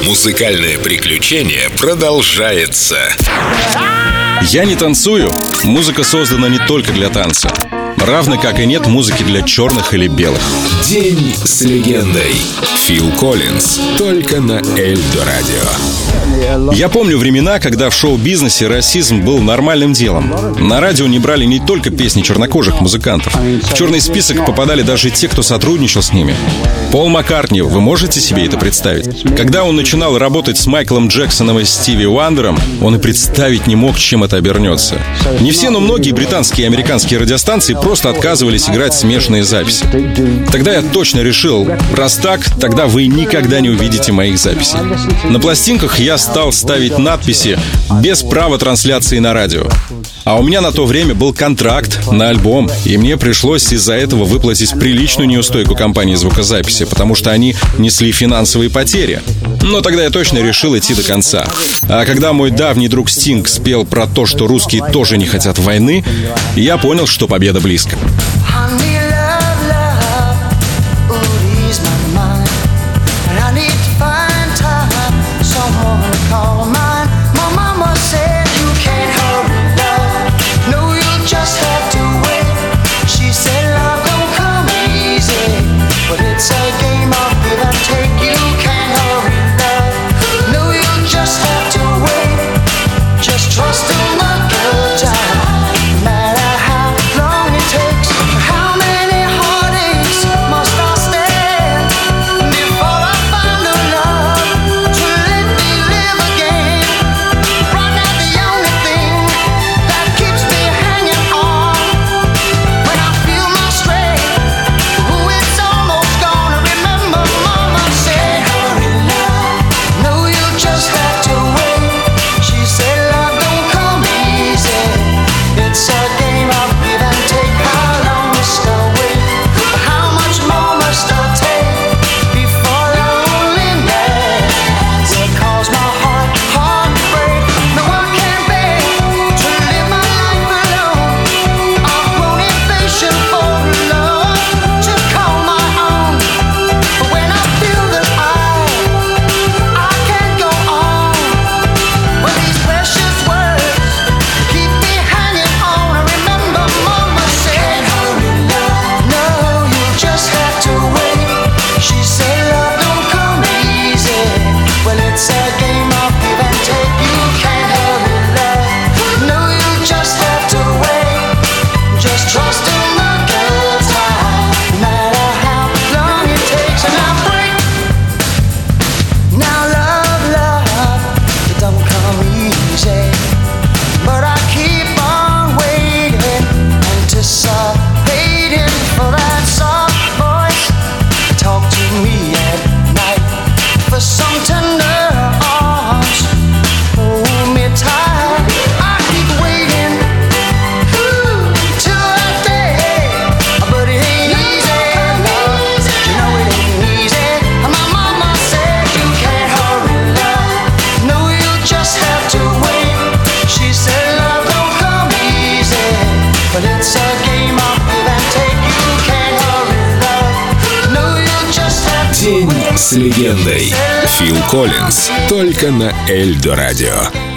Музыкальное приключение продолжается. Я не танцую. Музыка создана не только для танца. Равно как и нет музыки для черных или белых. День с легендой. Фил Коллинз. Только на Эльдо Радио. Я помню времена, когда в шоу-бизнесе расизм был нормальным делом. На радио не брали не только песни чернокожих музыкантов. В черный список попадали даже те, кто сотрудничал с ними. Пол Маккартни, вы можете себе это представить? Когда он начинал работать с Майклом Джексоном и Стиви Уандером, он и представить не мог, чем это обернется. Не все, но многие британские и американские радиостанции просто отказывались играть смешанные записи. Тогда я точно решил, раз так, тогда вы никогда не увидите моих записей. На пластинках я стал ставить надписи без права трансляции на радио. А у меня на то время был контракт на альбом, и мне пришлось из-за этого выплатить приличную неустойку компании звукозаписи, потому что они несли финансовые потери. Но тогда я точно решил идти до конца. А когда мой давний друг Стинг спел про то, что русские тоже не хотят войны, я понял, что победа близко. День с легендой. Фил Коллинз. Только на Эльдо Радио.